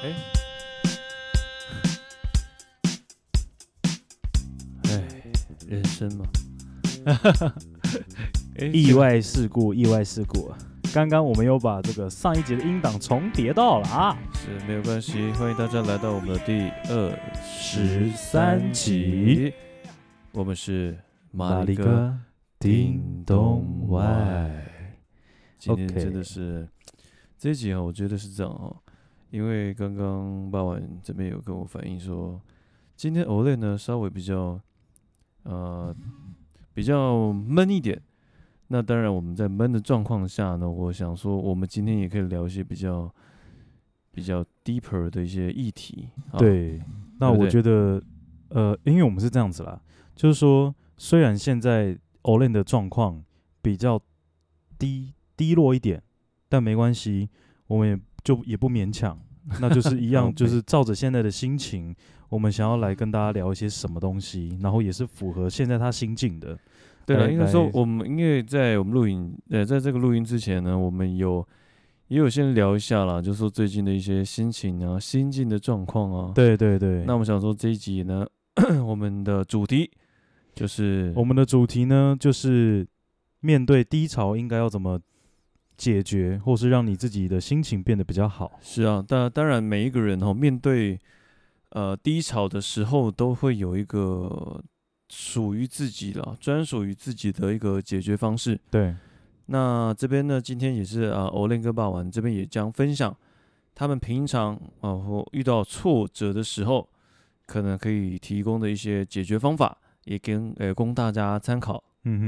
人生嘛， 意外事故，意外事故。刚刚我们又把这个上一集的音档重叠到了啊， 是没有关系，欢迎大家来到我们的第 23集。 我们是马里哥叮咚外。 今天真的是这一集啊，我觉得是这样哦，因为刚刚傍晚这边有跟我反映说，今天Olay呢稍微比较闷一点。那当然，我们在闷的状况下呢，我想说，我们今天也可以聊一些比较 deeper 的一些议题。 对，那我觉得，因为我们是这样子啦，就是说，虽然现在 Olay 的状况比较低落一点，但没关系，我们也不勉强，那就是一样，就是照着现在的心情，我们想要来跟大家聊一些什么东西，然后也是符合现在他心境的。 对了，应该说我们因为在我们录影，在这个录音之前呢，我们也有先聊一下啦，就是说最近的一些心情啊、心境的状况啊。 对对对。 那我们想说这一集呢，我们的主题就是面对低潮应该要怎么解决，或是让你自己的心情变得比较好。 是啊，当然每一个人面对低潮的时候，都会有一个属于自己的、专属于自己的一个解决方式。 对， 那这边呢，今天也是Olay跟霸王这边也将分享他们平常或遇到挫折的时候，可能可以提供的一些解决方法，也供大家参考。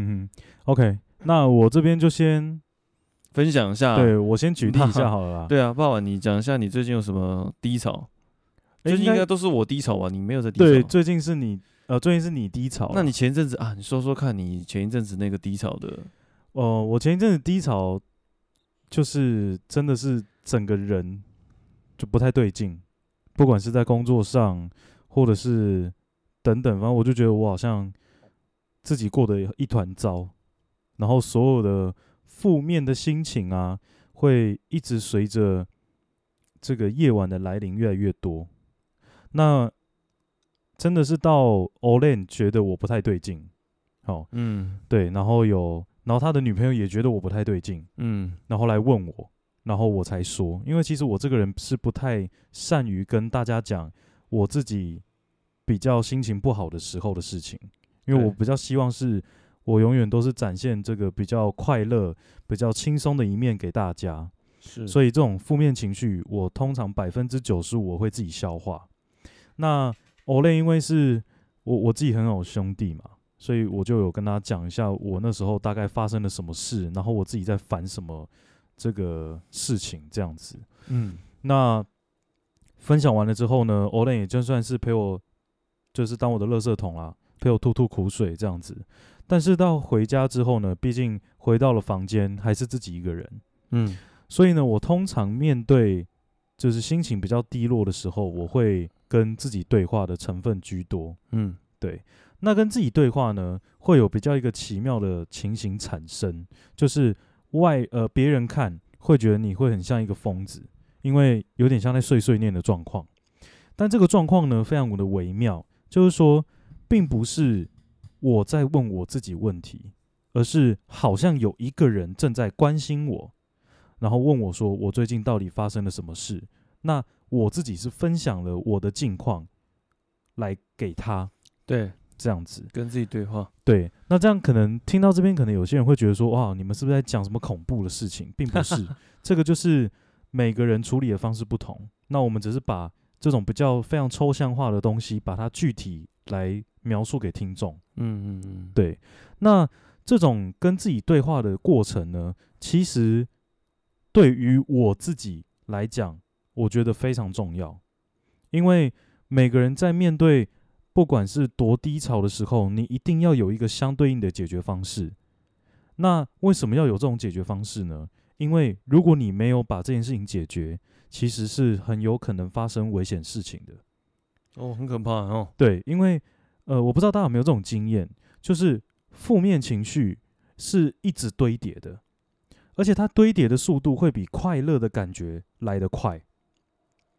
OK， 那我这边就先分享一下。 对，我先举例一下好了啦。 对啊，霸王，你讲一下你最近有什么低潮？最近应该都是我低潮吧？你没有在低潮？ 对，最近是你低潮。 那你前一阵子你说说看你前一阵子那个低潮的。 我前一阵子低潮，就是真的是整个人就不太对劲，不管是在工作上，或者是等等，反正我就觉得我好像自己过得一团糟，然后所有的负面的心情啊，会一直随着这个夜晚的来临越来越多。那真的是到 Olay 觉得我不太对劲，对，然后他的女朋友也觉得我不太对劲，然后来问我，然后我才说，因为其实我这个人是不太善于跟大家讲我自己比较心情不好的时候的事情，因为我比较希望是我永远都是展现这个比较快乐、比较轻松的一面给大家，所以这种负面情绪，我通常95%我会自己消化。那 Olay 因为是我自己很好的兄弟嘛，所以我就有跟他讲一下我那时候大概发生了什么事，然后我自己在烦什么这个事情这样子。那分享完了之后呢 ，Olay 也就算是陪我，就是当我的垃圾桶啦，陪我吐吐苦水这样子。但是到回家之后呢，毕竟回到了房间还是自己一个人，所以呢，我通常面对就是心情比较低落的时候，我会跟自己对话的成分居多。对。那跟自己对话呢，会有比较一个奇妙的情形产生，就是别人看会觉得你会很像一个疯子，因为有点像在碎碎念的状况。但这个状况呢，非常的微妙，就是说，并不是我在问我自己问题，而是好像有一个人正在关心我，然后问我说我最近到底发生了什么事。那我自己是分享了我的近况来给他。 对。 这样子跟自己对话。 对，那这样可能听到这边，可能有些人会觉得说，哇，你们是不是在讲什么恐怖的事情？并不是，这个就是每个人处理的方式不同。那我们只是把这种比较非常抽象化的东西，把它具体来描述给听众。对。那这种跟自己对话的过程呢，其实对于我自己来讲，我觉得非常重要，因为每个人在面对不管是多低潮的时候，你一定要有一个相对应的解决方式。那为什么要有这种解决方式呢？因为如果你没有把这件事情解决，其实是很有可能发生危险事情的。 很可怕对，因为我不知道大家有没有这种经验，就是负面情绪是一直堆叠的，而且它堆叠的速度会比快乐的感觉来得快。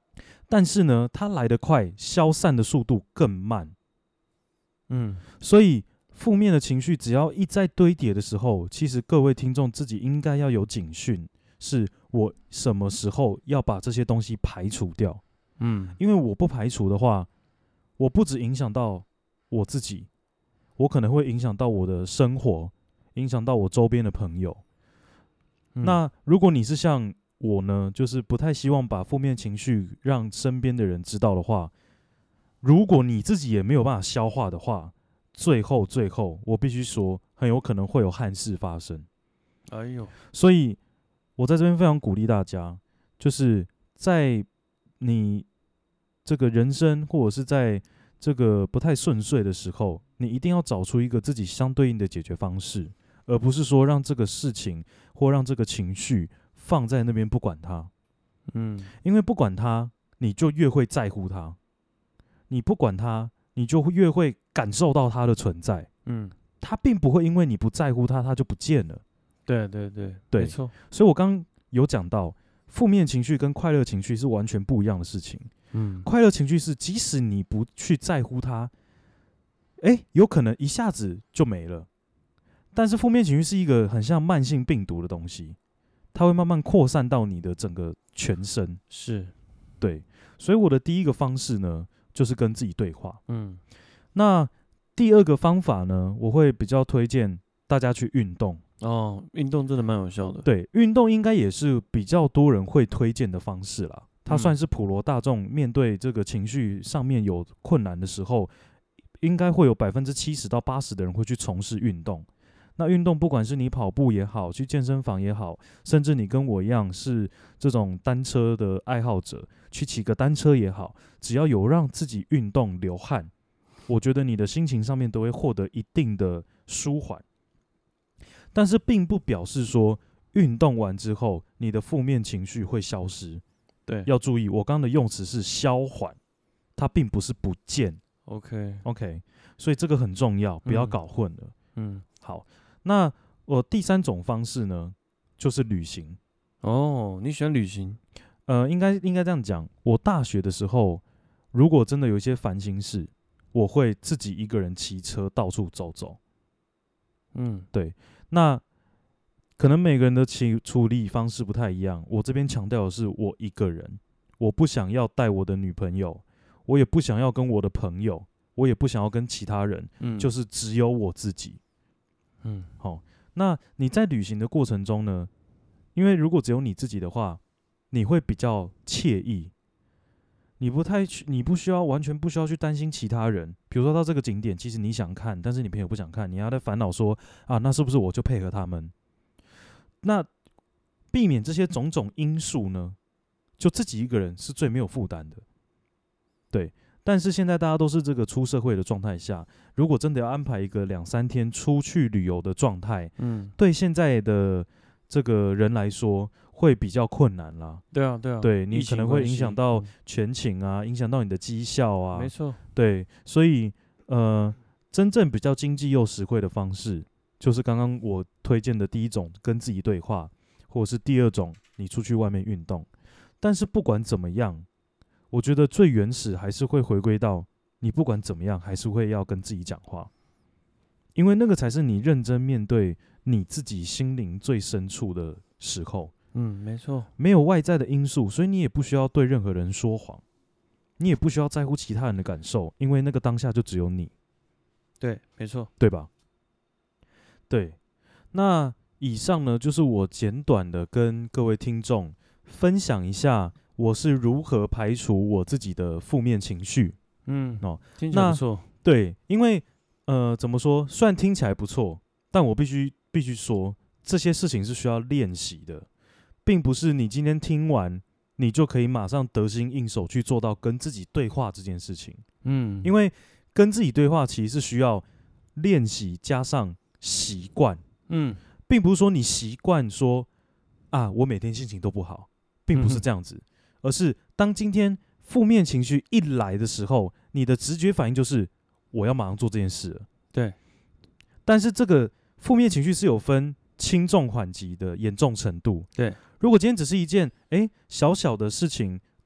但是呢，它来得快，消散的速度更慢。 嗯， 所以负面的情绪只要一再堆叠的时候，其实各位听众自己应该要有警讯，是我什么时候要把这些东西排除掉。因为我不排除的话，我不只影响到我自己，我可能会影响到我的生活，影响到我周边的朋友。那如果你是像我呢，就是不太希望把负面情绪让身边的人知道的话，如果你自己也没有办法消化的话，最后我必须说，很有可能会有憾事发生。 哎呦， 所以我在这边非常鼓励大家，就是在你这个人生或者是在这个不太顺遂的时候，你一定要找出一个自己相对应的解决方式，而不是说让这个事情或让这个情绪放在那边不管它。因为不管它，你就越会在乎它；你不管它，你就越会感受到它的存在。它并不会因为你不在乎它，它就不见了。 对，没错。 所以我刚有讲到，负面情绪跟快乐情绪是完全不一样的事情。快乐情绪是即使你不去在乎它，有可能一下子就没了。但是负面情绪是一个很像慢性病毒的东西，它会慢慢扩散到你的整个全身。 是， 对。所以我的第一个方式呢，就是跟自己对话。那第二个方法呢，我会比较推荐大家去运动。 运动真的蛮有效的。 对，运动应该也是比较多人会推荐的方式啦。它算是普罗大众面对这个情绪上面有困难的时候，应该会有70%到80%的人会去从事运动。那运动不管是你跑步也好，去健身房也好，甚至你跟我一样是这种单车的爱好者，去骑个单车也好，只要有让自己运动流汗，我觉得你的心情上面都会获得一定的舒缓。但是并不表示说运动完之后你的负面情绪会消失。 对， 要注意，我刚刚的用词是消缓，它并不是不见。OK， 所以这个很重要，不要搞混了。好，那我第三种方式呢，就是旅行。 你喜欢旅行？ 应该这样讲。我大学的时候，如果真的有一些烦心事，我会自己一个人骑车到处走走。对。那可能每个人的处理方式不太一样。我这边强调的是我一个人，我不想要带我的女朋友，我也不想要跟我的朋友，我也不想要跟其他人，就是只有我自己。好，那你在旅行的过程中呢，因为如果只有你自己的话，你会比较惬意，你完全不需要去担心其他人。比如说到这个景点，其实你想看，但是你朋友不想看，你要在烦恼说那是不是我就配合他们？那避免这些种种因素呢，就自己一个人是最没有负担的。对。但是现在大家都是这个出社会的状态下，如果真的要安排一个2-3天出去旅游的状态，对现在的这个人来说会比较困难啦。 对啊， 对，你可能会影响到全勤啊，影响到你的绩效啊。 没错。 对，所以真正比较经济又实惠的方式，就是刚刚我推荐的第一种，跟自己对话，或者是第二种，你出去外面运动。但是不管怎么样，我觉得最原始还是会回归到你不管怎么样，还是会要跟自己讲话，因为那个才是你认真面对你自己心灵最深处的时候。 没错， 没有外在的因素，所以你也不需要对任何人说谎，你也不需要在乎其他人的感受，因为那个当下就只有你。 对，没错， 对吧？对，那以上呢，就是我简短的跟各位听众分享一下我是如何排除我自己的负面情绪。 听起来不错。 对，因为怎么说，虽然听起来不错，但我必须说，这些事情是需要练习的，并不是你今天听完你就可以马上得心应手去做到跟自己对话这件事情。因为跟自己对话其实是需要练习加上习惯。并不是说你习惯说我每天心情都不好，并不是这样子，而是当今天负面情绪一来的时候，你的直觉反应就是我要马上做这件事了。 对。 但是这个负面情绪是有分轻重缓急的严重程度。 对。 如果今天只是一件小小的事情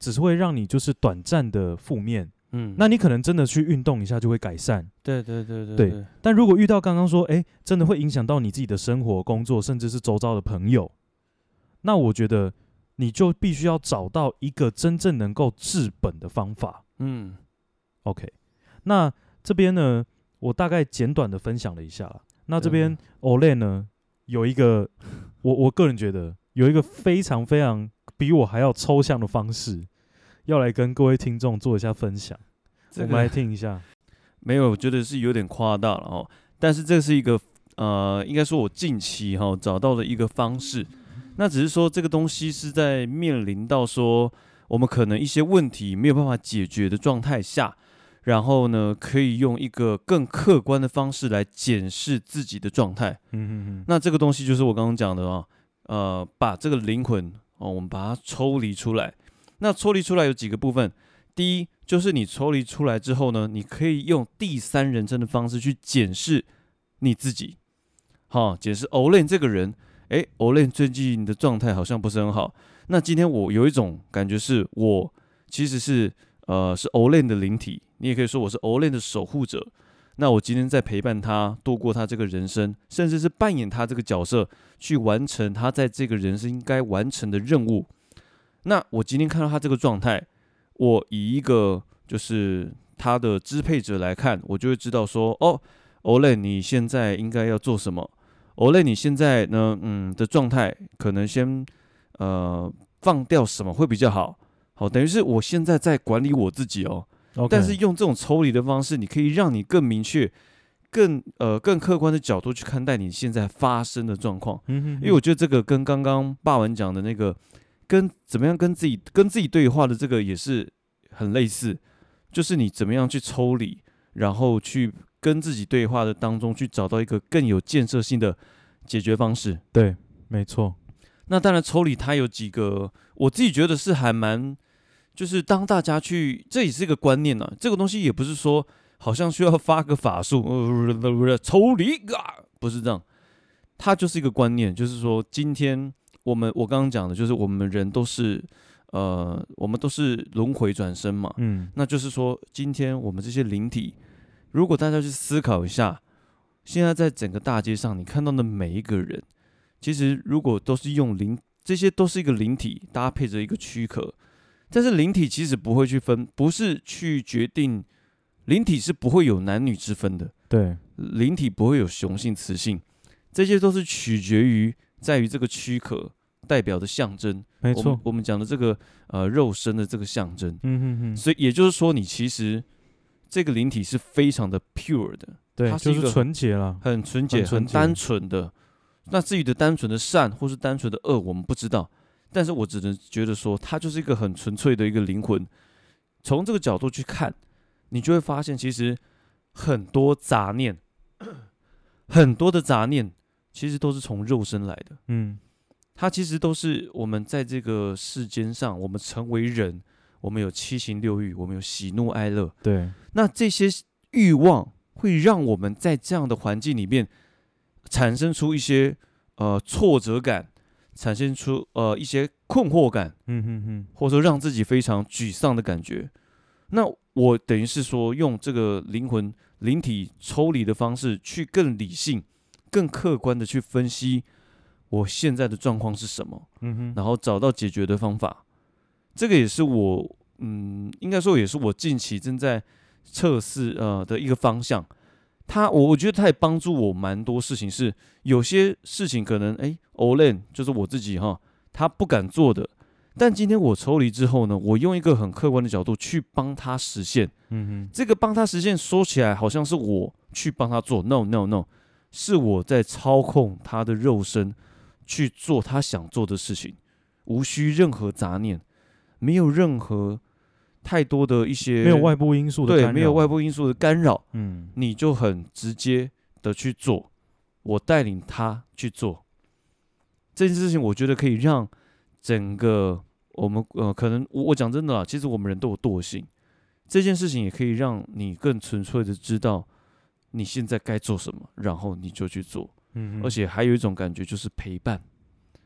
只是会让你就是短暂的负面。 嗯， 那你可能真的去运动一下就会改善。 对对对对对，但如果遇到刚刚说，真的会影响到你自己的生活、工作，甚至是周遭的朋友，那我觉得你就必须要找到一个真正能够治本的方法。 嗯 OK， 那这边呢，我大概简短的分享了一下啦。那这边 Olen 呢，有一个我个人觉得有一个非常非常比我还要抽象的方式，要来跟各位听众做一下分享。我们来听一下。 没有，我觉得是有点夸大了哦。但是这是一个应该说我近期找到的一个方式。那只是说这个东西是在面临到说我们可能一些问题没有办法解决的状态下，然后呢可以用一个更客观的方式来检视自己的状态。那这个东西就是我刚刚讲的把这个灵魂我们把它抽离出来。那抽离出来有几个部分。第一，就是你抽离出来之后呢，你可以用第三人称的方式去检视你自己。检视 Olen 这个人，Olen 最近的状态好像不是很好。那今天我有一种感觉是，我其实是Olen 的灵体，你也可以说我是 Olen 的守护者。那我今天在陪伴他度过他这个人生，甚至是扮演他这个角色，去完成他在这个人生应该完成的任务。那我今天看到他这个状态，我以一个就是他的支配者来看，我就会知道说，Olen 你现在应该要做什么。Olen 你现在呢，的状态可能先放掉什么会比较好。好，等于是我现在在管理我自己 Okay. 但是用这种抽离的方式，你可以让你更明确、更客观的角度去看待你现在发生的状况。因为我觉得这个跟刚刚霸文讲的那个，怎么样跟自己对话的这个也是很类似，就是你怎么样去抽离，然后去跟自己对话的当中去找到一个更有建设性的解决方式。 对，没错。 那当然抽离它有几个，我自己觉得是还蛮。就是当大家去，这也是一个观念这个东西也不是说好像需要发个法术，抽离不是这样，它就是一个观念，就是说今天我刚刚讲的，就是我们人都是我们都是轮回转生嘛，那就是说今天我们这些灵体，如果大家去思考一下，现在在整个大街上你看到的每一个人，其实如果都是用这些都是一个灵体搭配着一个躯壳。但是灵体其实不会去分，不是去决定，灵体是不会有男女之分的。 对， 灵体不会有雄性、雌性，这些都是取决于在于这个躯壳代表的象征。 没错， 我们讲的这个肉身的这个象征。所以也就是说，你其实这个灵体是非常的 pure 的， 对， 它是一个就是纯洁了， 很纯洁、很单纯的。那至于的单纯的善或是单纯的恶，我们不知道。但是我只能觉得说，它就是一个很纯粹的一个灵魂。从这个角度去看，你就会发现，其实很多杂念，很多的杂念，其实都是从肉身来的。它其实都是我们在这个世间上，我们成为人，我们有七情六欲，我们有喜怒哀乐。 对， 那这些欲望会让我们在这样的环境里面产生出一些挫折感。产生出一些困惑感，或者说让自己非常沮丧的感觉。那我等于是说，用这个灵体抽离的方式，去更理性、更客观的去分析我现在的状况是什么，然后找到解决的方法。这个也是我，应该说也是我近期正在测试的一个方向。我觉得他也帮助我蛮多事情，是有些事情可能Olen 就是我自己他不敢做的，但今天我抽离之后呢，我用一个很客观的角度去帮他实现。这个帮他实现说起来好像是我去帮他做 ，no， 是我在操控他的肉身去做他想做的事情，无需任何杂念，没有任何太多的一些没有外部因素的干扰， 对，没有外部因素的干扰，你就很直接的去做，我带领他去做这件事情，我觉得可以让整个我们可能我讲真的啦，其实我们人都有惰性，这件事情也可以让你更纯粹的知道你现在该做什么，然后你就去做，而且还有一种感觉就是陪伴。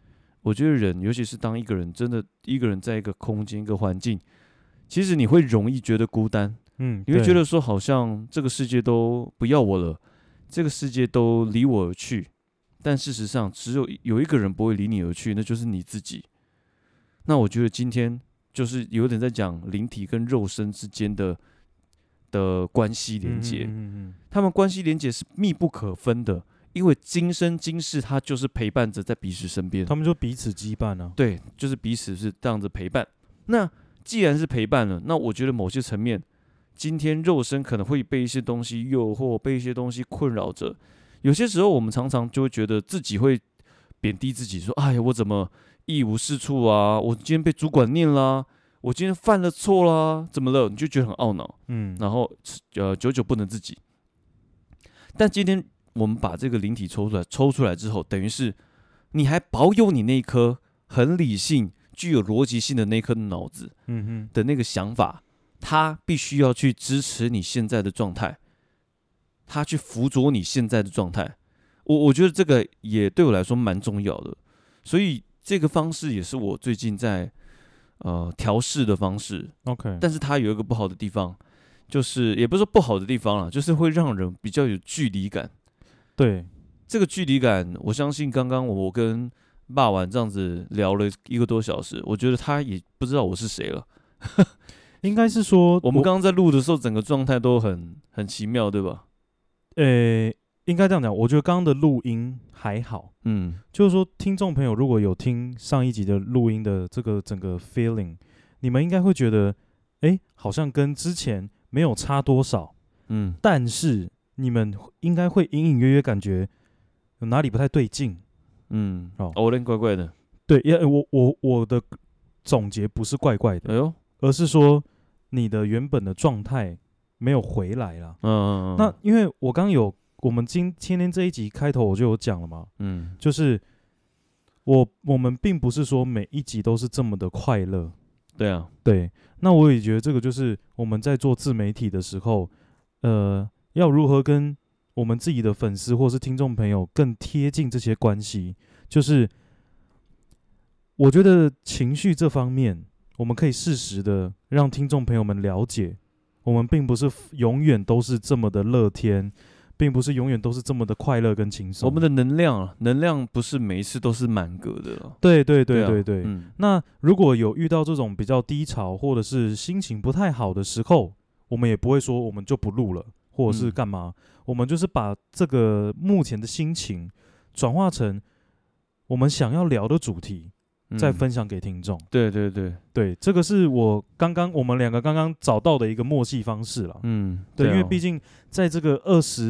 我觉得人，尤其是当一个人真的一个人在一个空间、一个环境，其实你会容易觉得孤单，你会觉得说好像这个世界都不要我了，这个世界都离我而去。但事实上，只有一个人不会离你而去，那就是你自己。那我觉得今天就是有点在讲灵体跟肉身之间的关系连结，他们关系连结是密不可分的，因为今生今世他就是陪伴着在彼此身边， 他们就彼此羁绊啊。 对，就是彼此是这样子陪伴。那既然是陪伴了，那我觉得某些层面，今天肉身可能会被一些东西诱惑，被一些东西困扰着。有些时候，我们常常就会觉得自己会贬低自己，说：“哎呀，我怎么一无是处啊？我今天被主管念啦，我今天犯了错啦，怎么了？”你就觉得很懊恼，然后久久不能自己。但今天我们把这个灵体抽出来之后，等于是你还保有你那一颗很理性、具有逻辑性的那颗脑子，的那个想法，它必须要去支持你现在的状态。他去辅佐你现在的状态，我觉得这个也对我来说蛮重要的，所以这个方式也是我最近在调试的方式。 OK， 但是它有一个不好的地方，就是也不是说不好的地方啦，就是会让人比较有距离感。 对， 这个距离感，我相信刚刚我跟霸王这样子聊了1个多小时，我觉得他也不知道我是谁了。 应该是说我们刚刚在录的时候，整个状态都很奇妙，对吧？ 应该这样讲，我觉得刚刚的录音还好，就是说听众朋友如果有听上一集的录音的这个整个 feeling， 你们应该会觉得，好像跟之前没有差多少，但是你们应该会隐隐约约感觉有哪里不太对劲， 有点怪怪的。 对，我的总结不是怪怪的，而是说你的原本的状态没有回来啦。那因为我们今天这一集开头我就有讲了嘛，就是我们并不是说每一集都是这么的快乐。 对啊， 对。那我也觉得这个就是我们在做自媒体的时候，要如何跟我们自己的粉丝或是听众朋友更贴近这些关系，就是我觉得情绪这方面，我们可以适时的让听众朋友们了解，我们并不是永远都是这么的乐天，并不是永远都是这么的快乐跟轻松。 我们的能量不是每一次都是满格的了。 对。那如果有遇到这种比较低潮或者是心情不太好的时候，我们也不会说我们就不录了，或者是干嘛，我们就是把这个目前的心情转化成我们想要聊的主题，再分享给听众。对，这个是我们两个刚刚找到的一个默契方式了。对，因为毕竟在这个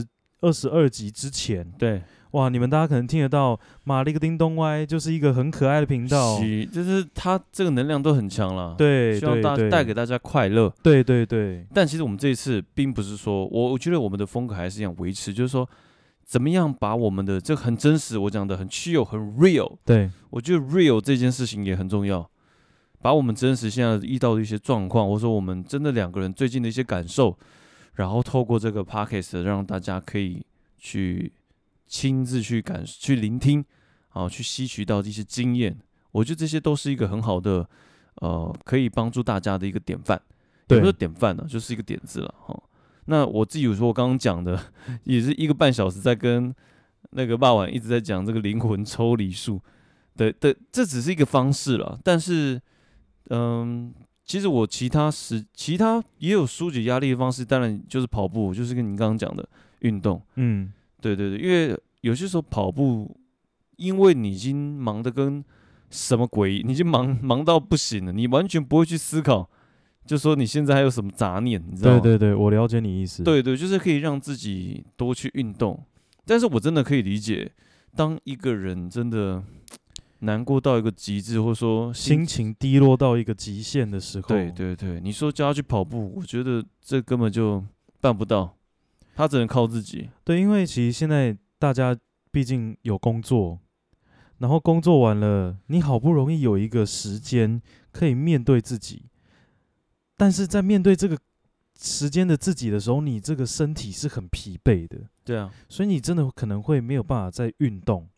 22集之前， 对， 哇，你们大家可能听得到马力个叮咚歪，就是一个很可爱的频道， 就是它这个能量都很强了。 对， 希望带给大家快乐。 对。 但其实我们这一次并不是说，我觉得我们的风格还是一样维持，就是说怎么样把我们的这个很真实，我讲的很chill很 real。 对， 我觉得 real 这件事情也很重要，把我们真实现在遇到的一些状况，或者说我们真的2个人最近的一些感受，然后透过这个 podcast 让大家可以去亲自去聆听，去吸取到一些经验。我觉得这些都是一个很好的可以帮助大家的一个典范，也不是典范呢，就是一个点子了。那我自己有说，我刚刚讲的也是1个半小时在跟那个霸王一直在讲这个灵魂抽离术的，这只是一个方式了。但是，其实我其他也有疏解压力的方式，当然就是跑步，就是跟你刚刚讲的运动。对，因为有些时候跑步，因为你已经忙得跟什么鬼，你已经忙到不行了，你完全不会去思考。就说你现在还有什么杂念，你知道吗？ 对，我了解你意思。 对，就是可以让自己多去运动。但是我真的可以理解，当一个人真的难过到一个极致，或者说心情低落到一个极限的时候， 对，你说叫他去跑步，我觉得这根本就办不到，他只能靠自己。 对，因为其实现在大家毕竟有工作，然后工作完了，你好不容易有一个时间可以面对自己。但是在面对这个时间的自己的时候，你这个身体是很疲惫的。 对啊， 所以你真的可能会没有办法再运动，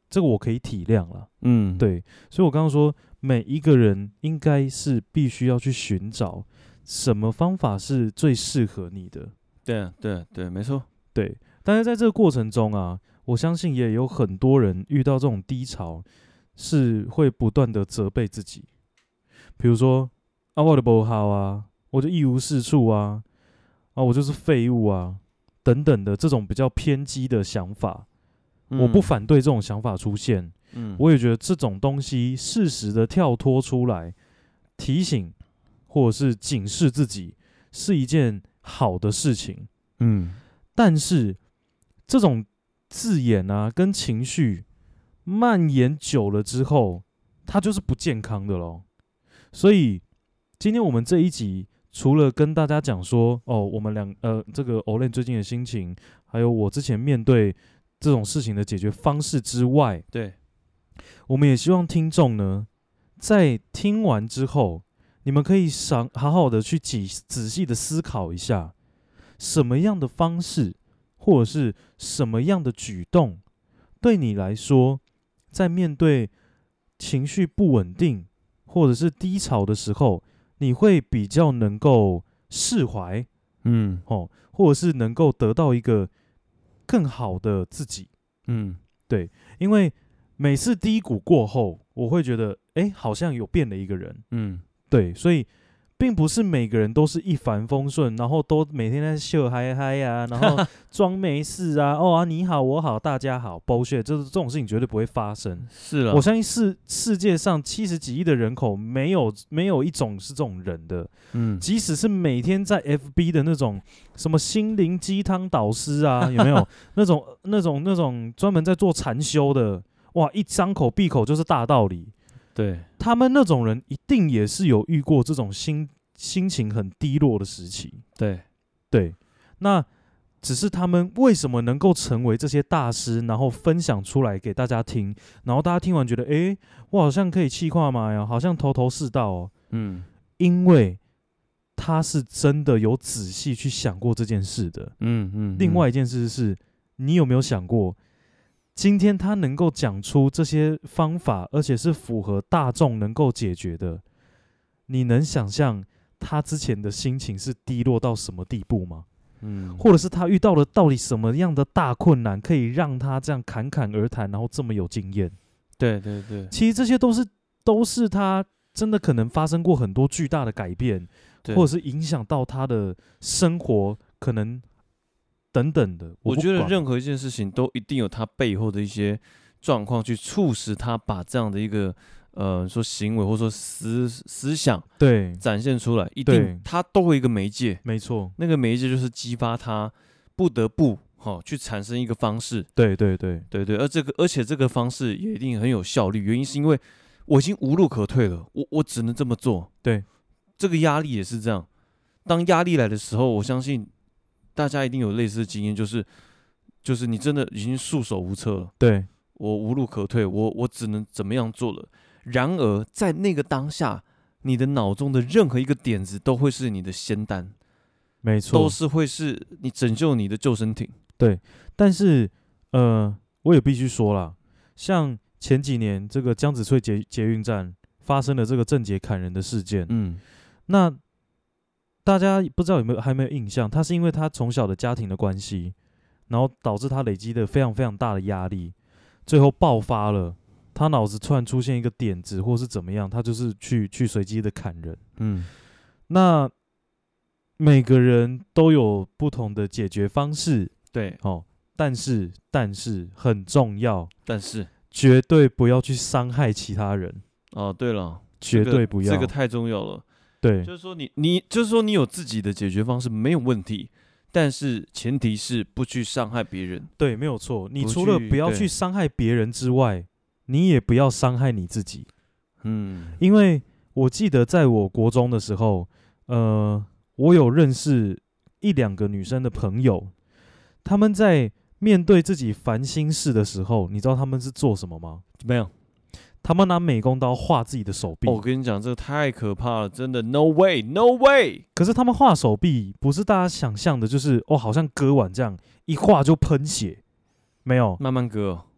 这个我可以体谅啦。 嗯， 对，所以我刚刚说，每一个人应该是必须要去寻找什么方法是最适合你的。 对啊，对啊，对，没错。 对，但是在这个过程中啊，我相信也有很多人遇到这种低潮，是会不断的责备自己，比如说啊，我的不好啊，我就一无是处啊，啊，我就是废物啊，等等的这种比较偏激的想法。我不反对这种想法出现，我也觉得这种东西适时的跳脱出来，提醒或者是警示自己，是一件好的事情。但是这种字眼啊跟情绪蔓延久了之后，它就是不健康的咯。所以今天我们这一集除了跟大家讲说，我们这个 Olen 最近的心情，还有我之前面对这种事情的解决方式之外， 对， 我们也希望听众呢，在听完之后，你们可以好好的去仔细的思考一下，什么样的方式或者是什么样的举动，对你来说，在面对情绪不稳定或者是低潮的时候，你会比较能够释怀，或者是能够得到一个更好的自己。对，因为每次低谷过后，我会觉得，好像有变了一个人。对，所以并不是每个人都是一帆风顺，然后都每天在秀嗨嗨啊，然后装没事啊，你好我好大家好 bullshit， 这种事情绝对不会发生。 是了， 我相信世界上70几亿的人口，没有一种是这种人的。即使是每天在 FB 的那种什么心灵鸡汤导师啊，有没有那种专门在做禅修的，哇，一张口闭口就是大道理。 对， 他们那种人一定也是有遇过这种心情很低落的时期。对，那只是他们为什么能够成为这些大师，然后分享出来给大家听，然后大家听完觉得，我好像可以气化嘛呀，好像头是道哦。因为他是真的有仔细去想过这件事的。另外一件事是，你有没有想过？今天他能够讲出这些方法，而且是符合大众能够解决的，你能想象他之前的心情是低落到什么地步吗？或者是他遇到了到底什么样的大困难，可以让他这样侃侃而谈，然后这么有经验？ 对， 其实这些都是他真的可能发生过很多巨大的改变，或者是影响到他的生活，可能。等等的， 我觉得任何一件事情都一定有它背后的一些状况，去促使他把这样的一个说行为或者说思想对展现出来，一定他都有一个媒介， 没错， 那个媒介就是激发他不得不去产生一个方式， 对， 而且这个方式也一定很有效率，原因是因为我已经无路可退了，我只能这么做。 对， 这个压力也是这样，当压力来的时候，我相信。大家一定有类似的经验，就是你真的已经束手无策了， 对， 我无路可退，我只能怎么样做了。然而在那个当下，你的脑中的任何一个点子都会是你的仙丹， 没错， 都是会是你拯救你的救生艇。 对，但是我也必须说啦，像前几年这个江子翠捷运站发生了这个郑捷砍人的事件，那。大家不知道还没有印象，他是因为他从小的家庭的关系，然后导致他累积的非常非常大的压力，最后爆发了。他脑子突然出现一个点子，或是怎么样，他就是去随机的砍人。那每个人都有不同的解决方式， 对， 但是很重要， 但是绝对不要去伤害其他人。 对了， 绝对不要， 这个太重要了。 对， 就是说你有自己的解决方式没有问题，但是前提是不去伤害别人。 对，没有错。你除了不要去伤害别人之外，你也不要伤害你自己。因为我记得在我国中的时候，我有认识1-2个女生的朋友，他们在面对自己烦心事的时候，你知道他们是做什么吗？ 没有。 他们拿美工刀画自己的手臂。 我跟你讲，这个太可怕了，真的 ，no way，no way。 可是他们画手臂不是大家想象的，就是好像割完这样一画就喷血，没有， 慢慢割。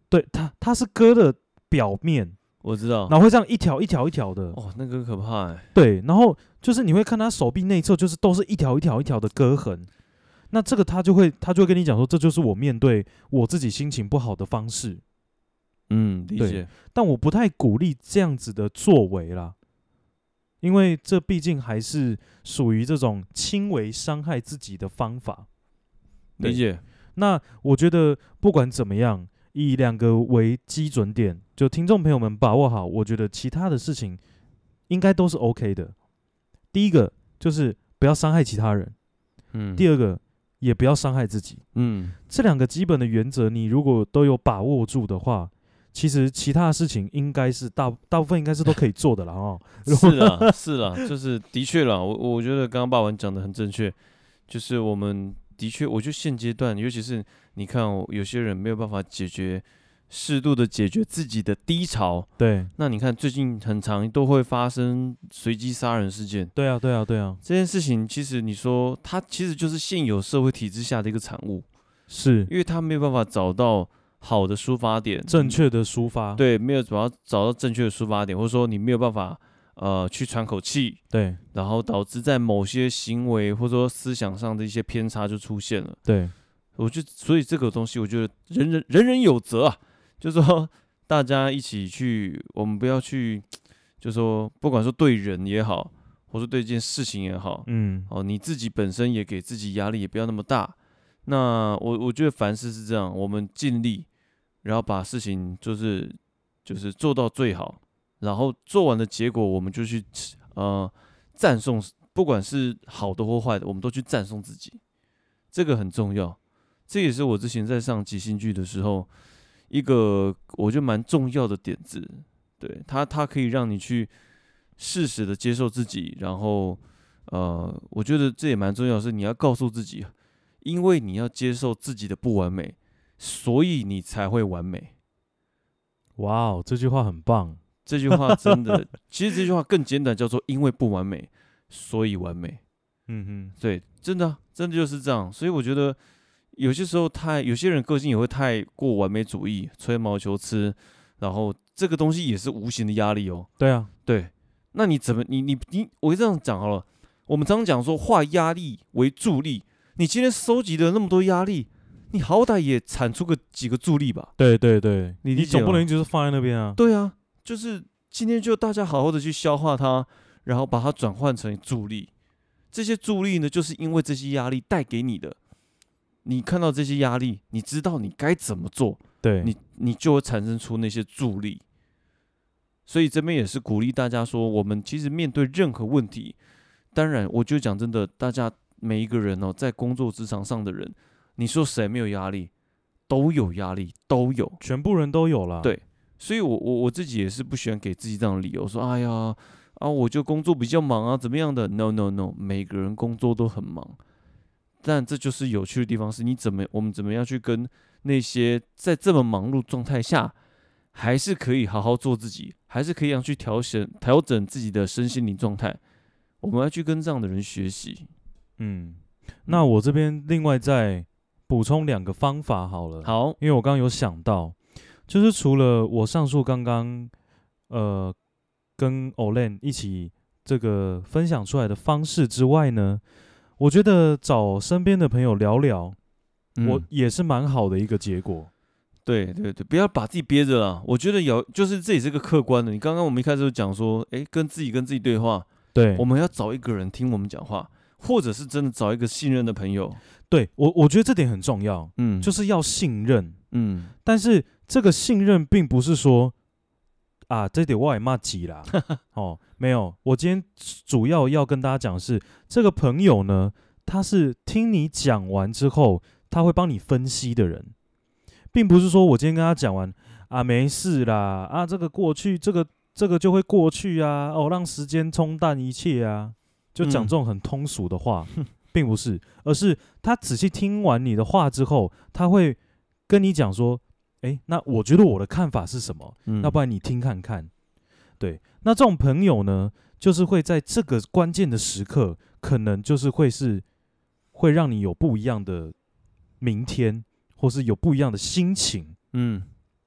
对，它是割的表面， 我知道。 然后会这样一条一条一条的。 哦，那个很可怕哎。 对，然后就是你会看他手臂内侧，就是都是一条一条一条的割痕。那这个他就会跟你讲说，这就是我面对我自己心情不好的方式。 理解。 但我不太鼓励这样子的作为啦，因为这毕竟还是属于这种轻微伤害自己的方法。 理解。 那我觉得不管怎么样，以2个为基准点，就听众朋友们把握好，我觉得其他的事情应该都是 OK 的。第一个就是不要伤害其他人，第二个也不要伤害自己。这2个基本的原则，你如果都有把握住的话，其实其他的事情应该是大部分应该是都可以做的了哦。 是啦，就是的确啦，我觉得刚刚爸爸讲的很正确，就是我们的确，我觉得现阶段，尤其是你看有些人没有办法适度的解决自己的低潮。 对， 那你看最近很常都会发生随机杀人事件。 对啊。 这件事情其实你说它其实就是现有社会体制下的一个产物， 是因为他没有办法找到好的抒发点， 正确的抒发。 对，没有找到正确的抒发点，或者说你没有办法去喘口气， 对， 然后导致在某些行为或者说思想上的一些偏差就出现了。 对， 所以这个东西我觉得人人有责啊，就是说大家一起去，我们不要去，就是说不管说对人也好，或者对一件事情也好，你自己本身也给自己压力也不要那么大。那我觉得凡事是这样，我们尽力，然后把事情就是做到最好，然后做完的结果我们就去赞颂，不管是好的或坏的，我们都去赞颂自己，这个很重要。这也是我之前在上即兴剧的时候一个我觉得蛮重要的点子。对，它可以让你去适时的接受自己，然后我觉得这也蛮重要的是你要告诉自己，因为你要接受自己的不完美，所以你才会完美。 哇哦，这句话很棒。 这句话真的，其实这句话更简短，叫做因为不完美，所以完美。对，真的就是这样。所以我觉得有些时候有些人个性也会太过完美主义，吹毛求疵，然后这个东西也是无形的压力哦。 对啊， 对。那你怎么我这样讲好了，我们常常讲说化压力为助力，你今天收集了那么多压力，你好歹也产出个几个助力吧。 对，你你理解吗？ 总不能就是放在那边啊。 对啊，就是今天就大家好好的去消化它，然后把它转换成助力。这些助力呢，就是因为这些压力带给你的，你看到这些压力，你知道你该怎么做， 对， 你就会产生出那些助力。所以这边也是鼓励大家说，我们其实面对任何问题，当然我觉得讲真的，大家每一个人在工作职场上的人，你说谁没有压力？都有压力，都有， 全部人都有啦。 对，所以我自己也是不喜欢给自己这样的理由，说哎呀我就工作比较忙啊，怎么样的 ？No， 每个人工作都很忙，但这就是有趣的地方，是我们怎么样去跟那些在这么忙碌状态下，还是可以好好做自己，还是可以去调整自己的身心灵状态，我们要去跟这样的人学习。 那我这边另外再补充2个方法好了。 好， 因为我刚刚有想到，就是除了我上述刚刚跟 Olen 一起这个分享出来的方式之外呢，我觉得找身边的朋友聊聊，我也是蛮好的一个结果。 对，不要把自己憋着啦。我觉得就是这也是个客观的。你刚刚我们一开始就讲说，跟自己对话， 对， 我们要找一个人听我们讲话，或者是真的找一个信任的朋友。 对，我觉得这点很重要，就是要信任，但是这个信任并不是说这点我也骂急啦，没有，我今天主要要跟大家讲的是，这个朋友呢，他是听你讲完之后，他会帮你分析的人，并不是说我今天跟他讲完没事啦，这个过去，这个就会过去啊，让时间冲淡一切啊，就讲这种很通俗的话。并不是，而是他仔细听完你的话之后，他会跟你讲说，那我觉得我的看法是什么？要不然你听看看。对，那这种朋友呢，就是会在这个关键的时刻，可能就是会让你有不一样的明天，或是有不一样的心情。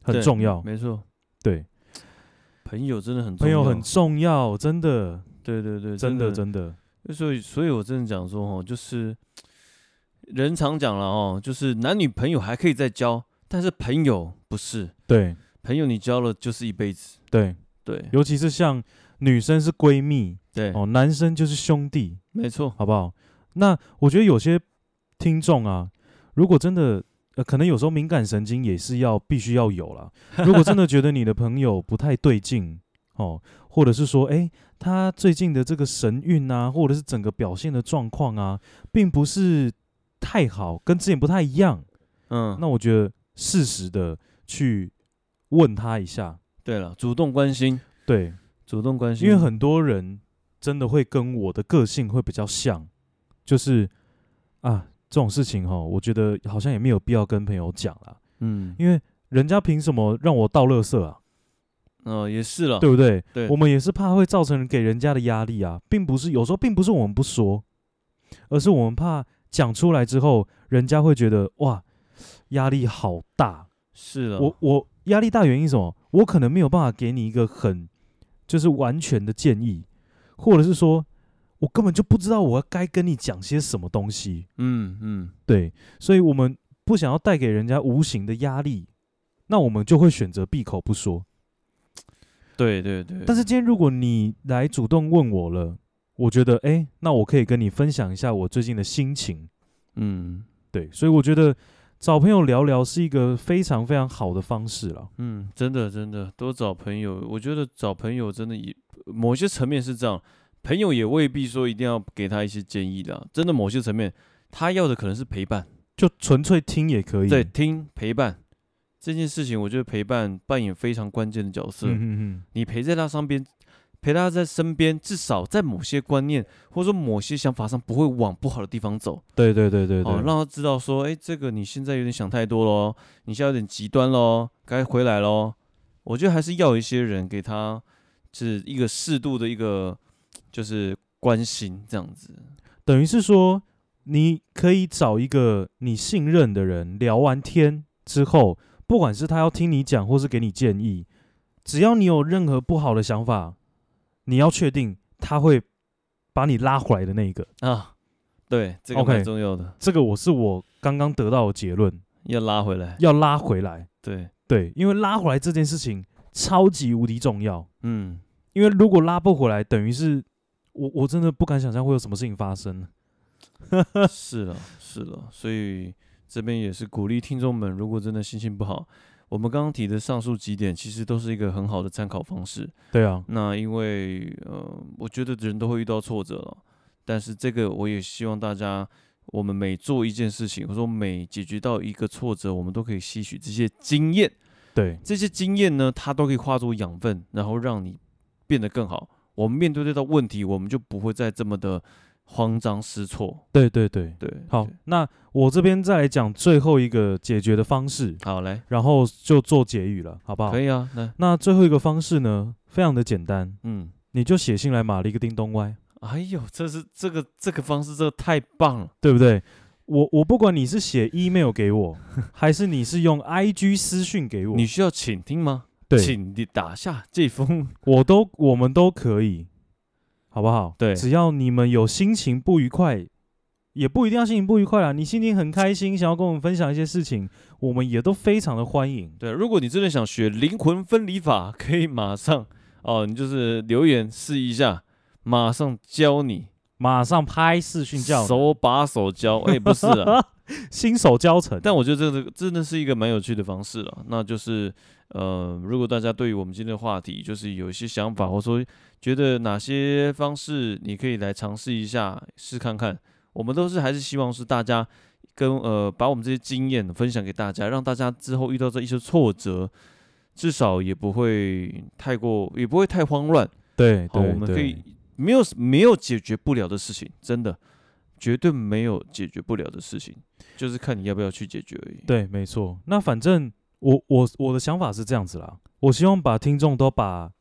很重要。 没错， 对， 朋友真的很重要， 朋友很重要，真的， 对对对， 真的真的， 所以我真的讲说哦，就是人常讲了哦，就是男女朋友还可以再交，但是朋友不是， 对朋友你交了就是一辈子， 对， 对尤其是像女生是闺蜜对， 哦，男生就是兄弟， 没错， 好不好？那我觉得有些听众啊，如果真的可能有时候敏感神经也是必须要有啦。如果真的觉得你的朋友不太对劲哦，或者是说，他最近的这个神韵啊，或者是整个表现的状况啊，并不是太好，跟之前不太一样，那我觉得适时的去问他一下。 对了，主动关心， 对， 主动关心， 因为很多人真的会跟我的个性会比较像，就是这种事情我觉得好像也没有必要跟朋友讲啦，因为人家凭什么让我倒垃圾啊？ 也是了， 对不对？ 对， 我们也是怕会造成给人家的压力啊，有时候并不是我们不说，而是我们怕讲出来之后，人家会觉得哇，压力好大。 是了， 我压力大原因是什么？我可能没有办法给你一个就是完全的建议，或者是说我根本就不知道我该跟你讲些什么东西。对，所以我们不想要带给人家无形的压力，那我们就会选择闭口不说。 对对对。 但是今天如果你来主动问我了，我觉得那我可以跟你分享一下我最近的心情。对，所以我觉得找朋友聊聊是一个非常非常好的方式了。 真的真的多找朋友，我觉得找朋友真的也某些层面是这样，朋友也未必说一定要给他一些建议的，真的某些层面他要的可能是陪伴， 就纯粹听也可以。 对，听陪伴这件事情，我觉得陪伴扮演非常关键的角色。你陪在他身边，陪他在身边，至少在某些观念或者说某些想法上不会往不好的地方走。 对对对对对， 让他知道说，这个你现在有点想太多咯，你现在有点极端咯，该回来咯。我觉得还是要一些人给他是一个适度的一个就是关心，这样子。 等于是说，你可以找一个你信任的人，聊完天之后，不管是他要听你讲，或是给你建议，只要你有任何不好的想法，你要确定他会把你拉回来的那一个啊。对，这个蛮重要的。 这个我刚刚得到的结论， 要拉回来， 要拉回来。 对对，因为拉回来这件事情超级无敌重要。 因为如果拉不回来，等于是我真的不敢想象会有什么事情发生。 是了，所以这边也是鼓励听众们，如果真的心情不好，我们刚刚提的上述几点，其实都是一个很好的参考方式。 对啊， 那因为我觉得人都会遇到挫折了，但是这个我也希望大家，我们每做一件事情，或者说每解决到一个挫折，我们都可以吸取这些经验。 对， 这些经验呢，它都可以化作养分，然后让你变得更好。我们面对这道问题，我们就不会再这么的慌张失措。 对对对对， 好，那我这边再来讲最后一个解决的方式。 好，来， 然后就做结语了，好不好？ 可以啊。 那最后一个方式呢，非常的简单，你就写信来码了一个叮咚歪。 哎呦，这个方式，这个太棒了， 对不对？我不管你是写 email 给我，还是你是用 IG 私讯给我， 你需要倾听吗？ 对， 请你打下这封， 我们都可以，好不好？ 对， 只要你们有心情不愉快，也不一定要心情不愉快啦，你心情很开心，想要跟我们分享一些事情，我们也都非常的欢迎。 对，如果你真的想学灵魂分离法，可以马上你就是留言试一下，马上教你。 马上拍视讯教， 手把手教，不是啊， 新手教程。 但我觉得这个真的是一个蛮有趣的方式了。那就是如果大家对于我们今天的话题，就是有一些想法，或者说觉得哪些方式你可以来尝试一下，试看看。我们都是还是希望是大家把我们这些经验分享给大家，让大家之后遇到这一些挫折，至少也不会太慌乱。 对， 我们可以。没有解决不了的事情，真的绝对没有解决不了的事情，就是看你要不要去解决而已。 对，没错。那反正我的想法是这样子啦，我希望把听众都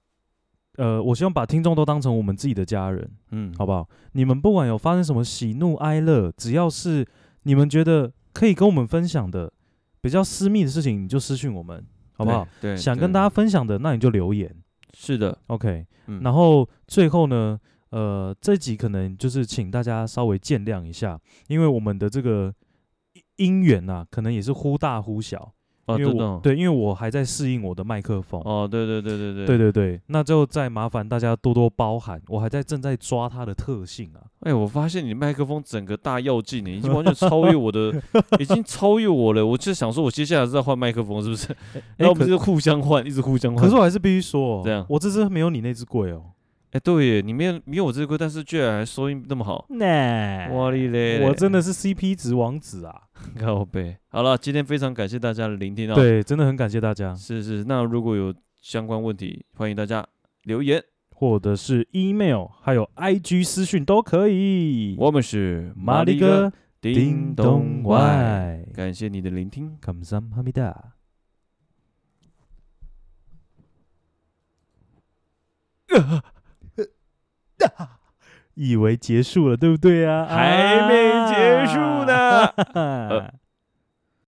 当成我们自己的家人，好不好？你们不管有发生什么喜怒哀乐，只要是你们觉得可以跟我们分享的比较私密的事情，你就私讯我们， 好不好？ 对， 想跟大家分享的，那你就留言。 是的 OK， 然后最后呢，这集可能就是请大家稍微见谅一下，因为我们的这个音源啊，可能也是忽大忽小。因为我还在适应我的麦克风。对，那就再麻烦大家多多包涵，我还正在抓它的特性啊。 我发现你麦克风整个大跃进，已经完全超越我的，已经超越我了。我就想说，我接下来是在换麦克风，是不是？然后我们就互相换，一直互相换。 可是我还是必须说， 这样， 我这支没有你那支贵哦。 对耶，你没有我这支贵，但是居然还收音那么好。哇哩嘞！ 我真的是 CP 值王子啊！ 靠北。好了，今天非常感谢大家的聆听对，真的很感谢大家。 是，那如果有相关问题，欢迎大家留言， 或者是 email， 还有 IG 私讯都可以。 我们是马里哥叮咚外， 感谢你的聆听。 감사합니다。以为结束了，对不对啊？ 还没结束呢。